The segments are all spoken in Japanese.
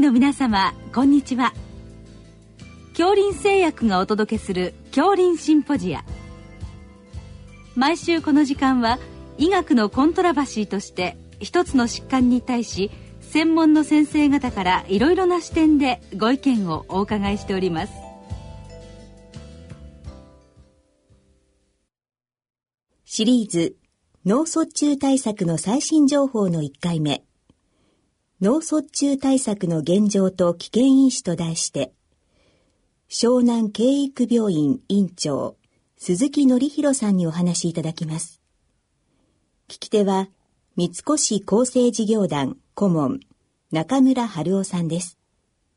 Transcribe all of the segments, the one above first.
の皆様、こんにちは。杏林製薬がお届けする杏林シンポジア。毎週この時間は医学のコントラバシーとして一つの疾患に対し専門の先生方からいろいろな視点でご意見をお伺いしております。 シリーズ脳卒中対策の最新情報の1回目、脳卒中対策の現状と危険因子と題して、湘南慶育病院院長鈴木則弘さんにお話しいただきます。聞き手は三越厚生事業団顧問中村春夫さんです。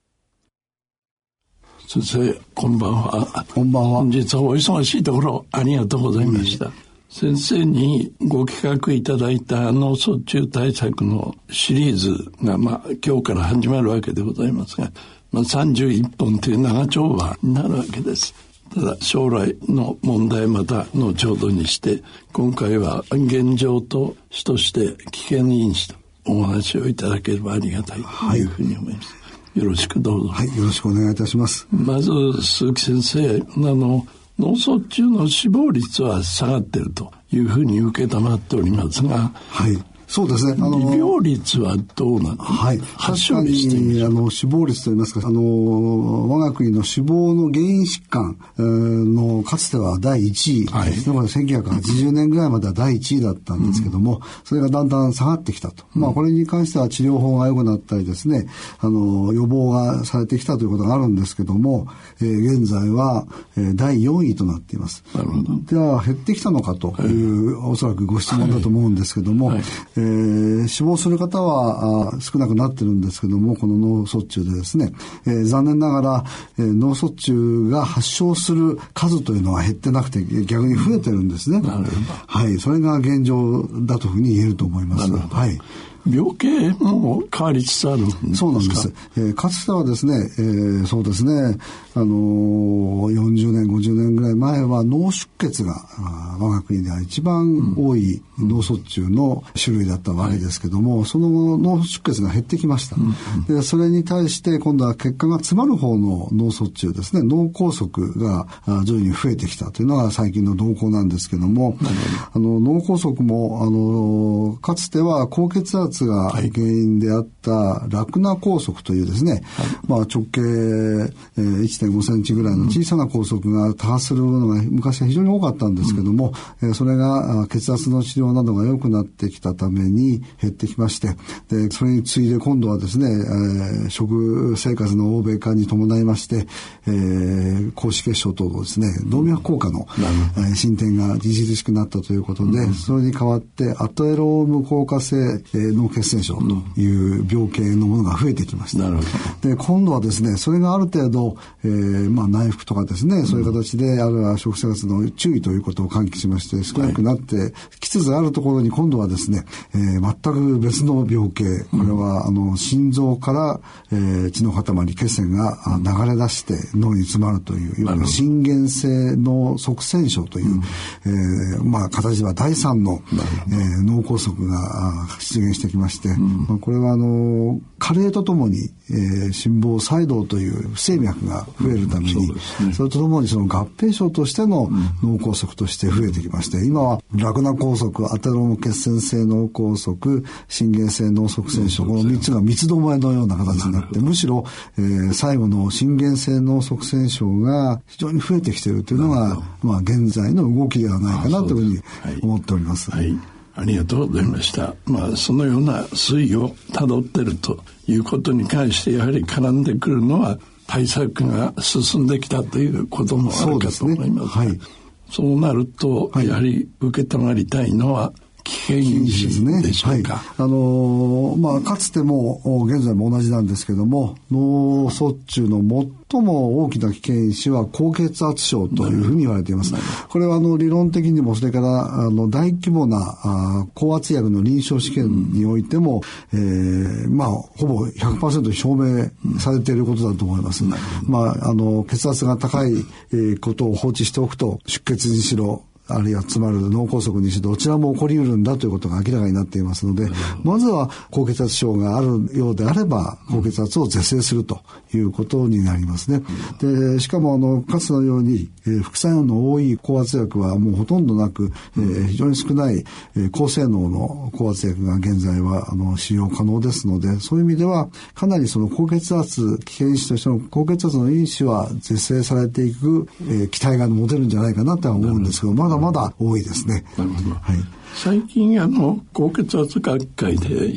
先生、こんばんは。 こんばんは。 本日はお忙しいところありがとうございました。先生にご企画いただいた脳卒中対策のシリーズが、今日から始まるわけでございますが、31本という長丁場になるわけです。ただ将来の問題また後ほどにして、今回は現状と主として危険因子とお話をいただければありがたいというふうに思います。よろしくどうぞ。 はい、よろしくお願いいたします。 まず鈴木先生、脳卒中の死亡率は下がっているというふうに受けたまっておりますが、 はい、そうですね。 離病率はどうなの？ はい、 発症率という死亡率といいますか、我が国の死亡の原因疾患のかつては第1位ですね。1980年ぐらいまでは第1位だったんですけども、それがだんだん下がってきたと。これに関しては治療法が良くなったりですね、予防がされてきたということがあるんですけども、現在は第4位となっています。 なるほど。 では減ってきたのかという、おそらくご質問だと思うんですけども、死亡する方は少なくなってるんですけども、この脳卒中でですね、残念ながら、脳卒中が発症する数というのは減ってなくて逆に増えてるんですね。 なるほど。 はい、それが現状だというふうに言えると思います。はい。 病形も変わりつつあるんですか？ そうなんです。かつてはですね、そうですね、40年50年ぐらい前は脳出血が我が国では一番多い脳卒中の種類だったわけですけども、その後脳出血が減ってきました。でそれに対して今度は血管が詰まる方の脳卒中ですね、脳梗塞が徐々に増えてきたというのが最近の動向なんですけども、脳梗塞もかつては高血圧が原因であったラクナ梗塞というですね、直径 1.5 センチぐらいの小さな梗塞が多発するのが昔は非常に多かったんですけども、それが血圧の治療などが良くなってきたために減ってきまして、でそれに次いで今度はですね、食生活の欧米化に伴いまして、高脂血症等のですね、動脈硬化の進展が著しくなったということで、それに代わってアテローム硬化性脳血栓症という病形のものが増えてきました。 なるほど。 で今度はですね、それがある程度、内服とかですね、そういう形であるいは食生活の注意ということを喚起しまして少なくなってきつつあるところに、今度はですね、全く別の病形、これは心臓から、血の塊血栓が流れ出して脳に詰まるという、いわゆる心原性脳塞栓症という、形では第3の、脳梗塞が出現してきまして、これは加齢とともに、心房細動という不整脈が増えるために、それとともにその合併症としての脳梗塞として増えてきまして、今はラクナ梗塞、アテローム血栓性脳梗塞、心原性脳塞栓症、この3つが三つどもえのような形になって、むしろ、最後の心原性脳塞栓症が非常に増えてきているというのが、現在の動きではないかなというふうに思っております。 はい、ありがとうございました。そのような推移をたどっているということに関してやはり絡んでくるのは対策が進んできたということもあるかと思います。 そうですね。はい。 そうなるとやはり受けたまりたいのは危険因子でしょうか。 かつても現在も同じなんですけども、脳卒中の最も大きな危険因子は高血圧症というふうに言われています。これは理論的にも、それから大規模な高圧薬の臨床試験においても、ほぼ 100% 証明されていることだと思います。血圧が高いことを放置しておくと、出血にしろあるいは詰まる脳梗塞にしてどちらも起こり得るんだということが明らかになっていますので、まずは高血圧症があるようであれば高血圧を是正するということになりますね。でしかもかつてのように、副作用の多い高圧薬はもうほとんどなく、非常に少ない高性能の高圧薬が現在は使用可能ですので、そういう意味ではかなりその高血圧危険因子としての高血圧の因子は是正されていく、期待が持てるんじゃないかなとは思うんですけど、まだまだ多いですね。 なるほど、 はい、 最近高血圧学会で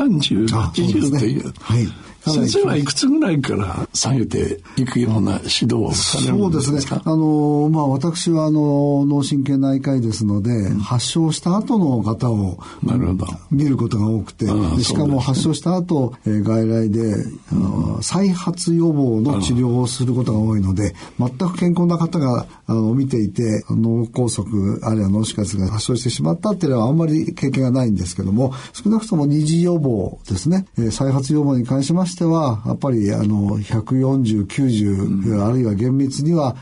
130、80という、はい、先生はいくつぐらいから下げていくような指導をされるんですか？そうですね。 私は脳神経内科医ですので、発症した後の方を見ることが多くて、しかも発症した後、外来で再発予防の治療をすることが多いので、全く健康な方が見ていて脳梗塞あるいは脳出血が発症してしまったっていうのはあんまり経験がないんですけども、少なくとも二次予防ですね、再発予防に関しましてはやっぱり140、90、あるいは厳密には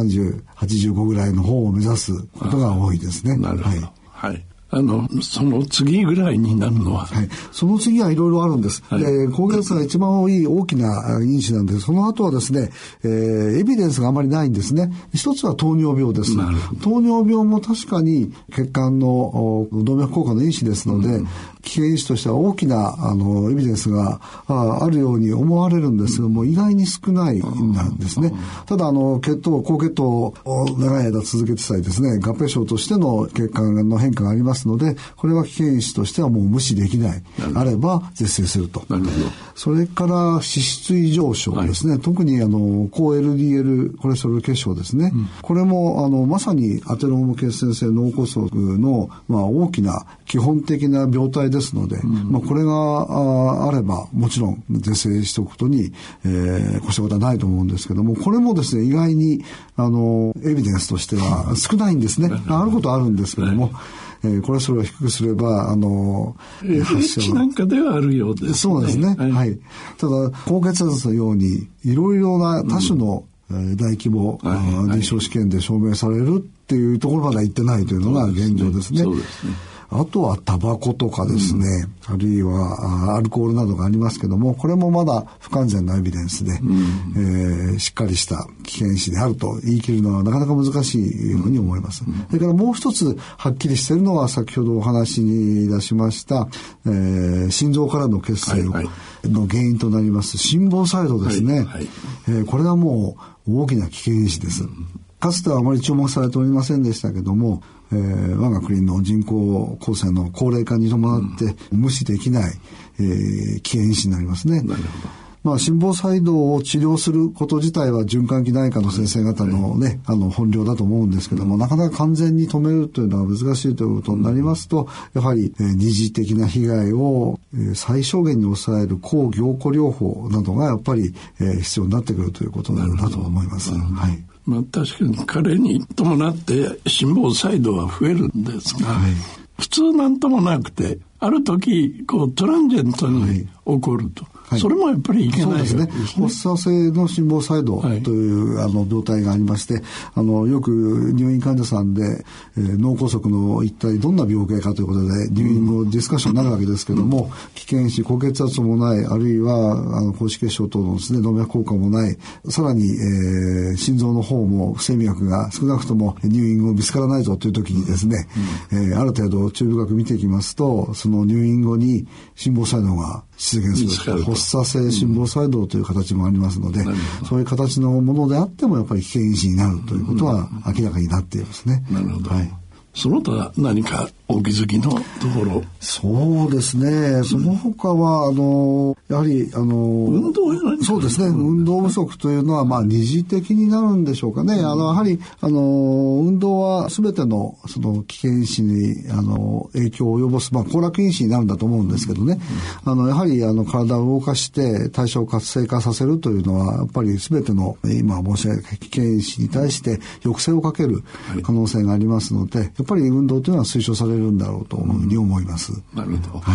130、85ぐらいの方を目指すことが多いですね。 なるほど。はい。はい。その次ぐらいになるのは、 はい、その次はいろいろあるんです。はい、高血圧が一番多い大きな因子なんです。その後はですね、エビデンスがあまりないんですね。一つは糖尿病です。糖尿病も確かに血管の動脈硬化の因子ですので、危険因子としては大きなエビデンスがあるように思われるんですけども、意外に少ないなんですね。ただ高血糖を長い間続けてさえですね、合併症としての血管の変化がありますので、これは危険因子としてはもう無視できない。あれば是正すると。 なるほど。 それから脂質異常症ですね。はい、特に高 LDL コレステロール血症ですね。これもまさにアテローム血栓性脳梗塞の大きな基本的な病態ですので、これがあればもちろん是正しておくことに、越したことはないと思うんですけども、これもですね、意外にエビデンスとしては少ないんですね。あることはあるんですけども、コレステロールを低くすれば発症なんかではあるようですね。 そうですね。はい。はい、ただ高血圧のようにいろいろな多種の、大規模、臨床試験で証明されるっていうところまでは行ってないというのが現状ですね。そうですね。あとはタバコとかですね、あるいはアルコールなどがありますけども、これもまだ不完全なエビデンスで、しっかりした危険因子であると言い切るのはなかなか難しいように思います。それからもう一つはっきりしているのは、先ほどお話に出しました、心臓からの血栓の原因となります心房細動ですね。これはもう大きな危険因子です。かつてはあまり注目されておりませんでしたけども、我が国の人口構成の高齢化に伴って無視できない、危険因子になりますね。なるほど。心房細動を治療すること自体は循環器内科の先生方のね、本領だと思うんですけども、なかなか完全に止めるというのは難しいということになりますと、やはり二次的な被害を最小限に抑える抗凝固療法などがやっぱり必要になってくるということなんだと思います。はい。 確かに彼に伴って心房細動は増えるんですが、普通なんともなくて、ある時トランジェントに起こると、それもやっぱりいけないですね。 発作性の心房細動という病態がありまして、よく入院患者さんで、脳梗塞の一体どんな病気かということで入院後ディスカッションになるわけですけども、危険因子、高血圧もない、あるいは高脂血症等のですね、動脈硬化もない、さらに、心臓の方も不整脈が少なくとも入院後見つからないぞという時にですね、ある程度注意深く見ていきますと、その入院後に心房細動が出現する発作性心房細動という形もありますので、そういう形のものであってもやっぱり危険因子になるということは明らかになっていますね。 なるほど。はい。その他何かお気づきのところ？ そうですね。その他はやはり運動やないですか？ そうですね。運動不足というのは二次的になるんでしょうかね。やはり運動は全てのその危険因子に影響を及ぼす行楽因子になるんだと思うんですけどね。やはり体を動かして代謝を活性化させるというのはやっぱり全ての今申し上げた危険因子に対して抑制をかける可能性がありますので、やっぱり運動というのは推奨されるんだろうというふうに思います。 なるほど。 はい。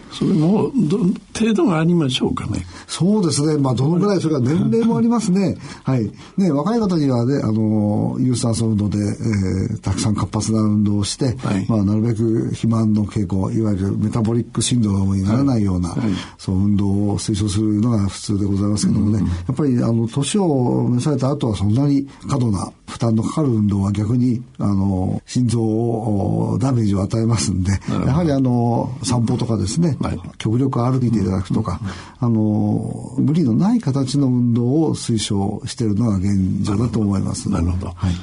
それも程度がありましょうかね。 そうですね。どのぐらい、それから年齢もありますね。はい。ね、若い方にはね、有酸素運動で、たくさん活発な運動をして、はい、なるべく肥満の傾向、いわゆるメタボリックシンドロームにならないような、はいはい、そう運動を推奨するのが普通でございますけどもね、やっぱり年を召された後はそんなに過度な負担のかかる運動は逆に心臓をダメージを与えますんで、やはり散歩とかですね、はい、極力歩いていただくとか、無理のない形の運動を推奨しているのが現状だと思います。 なるほど、はい。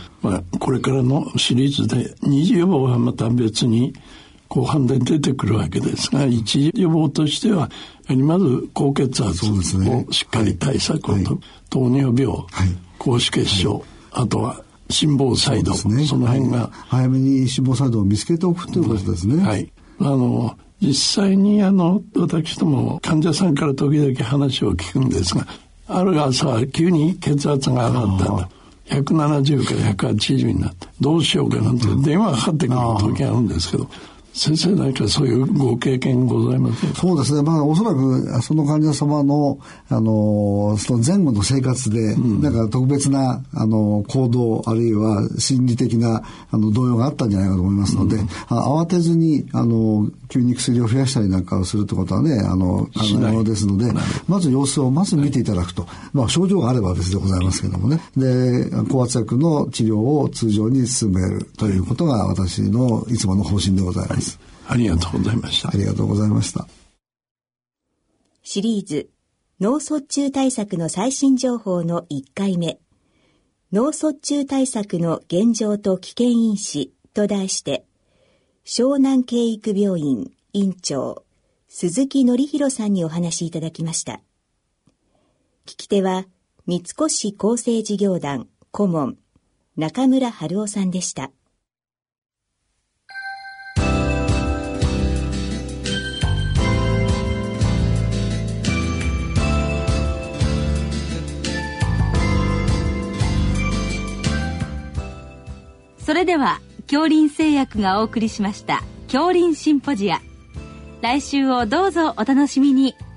これからのシリーズで二次予防はまた別に後半で出てくるわけですが、一次予防としてはまず高血圧をしっかり対策をと、はい、糖尿病、はい、高脂血症、はい、あとは心房細動、 その辺が、はい、 早めに心房細動を見つけておくということですね。 はい。実際に私ども患者さんから時々話を聞くんですが、ある朝急に血圧が上がったんだ、170から180になってどうしようかなんて電話がかかってくる時があるんですけど、先生何かそういうご経験ございませんか？ そうですね。おそらくその患者様のその前後の生活で、なんか特別な行動あるいは心理的な動揺があったんじゃないかと思いますので、慌てずに急に薬を増やしたりなんかをするってことはね可能ですので、まず様子をまず見ていただくと、症状があれば別でございますけどもね、で高圧薬の治療を通常に進めるということが私のいつもの方針でございます。 ありがとうございました。 ありがとうございました。 シリーズ脳卒中対策の最新情報の1回目、脳卒中対策の現状と危険因子と題して、湘南慶育病院院長鈴木則弘さんにお話しいただきました。聞き手は三越厚生事業団顧問中村春夫さんでした。 それでは杏林製薬がお送りしました杏林シンポジア、来週をどうぞお楽しみに。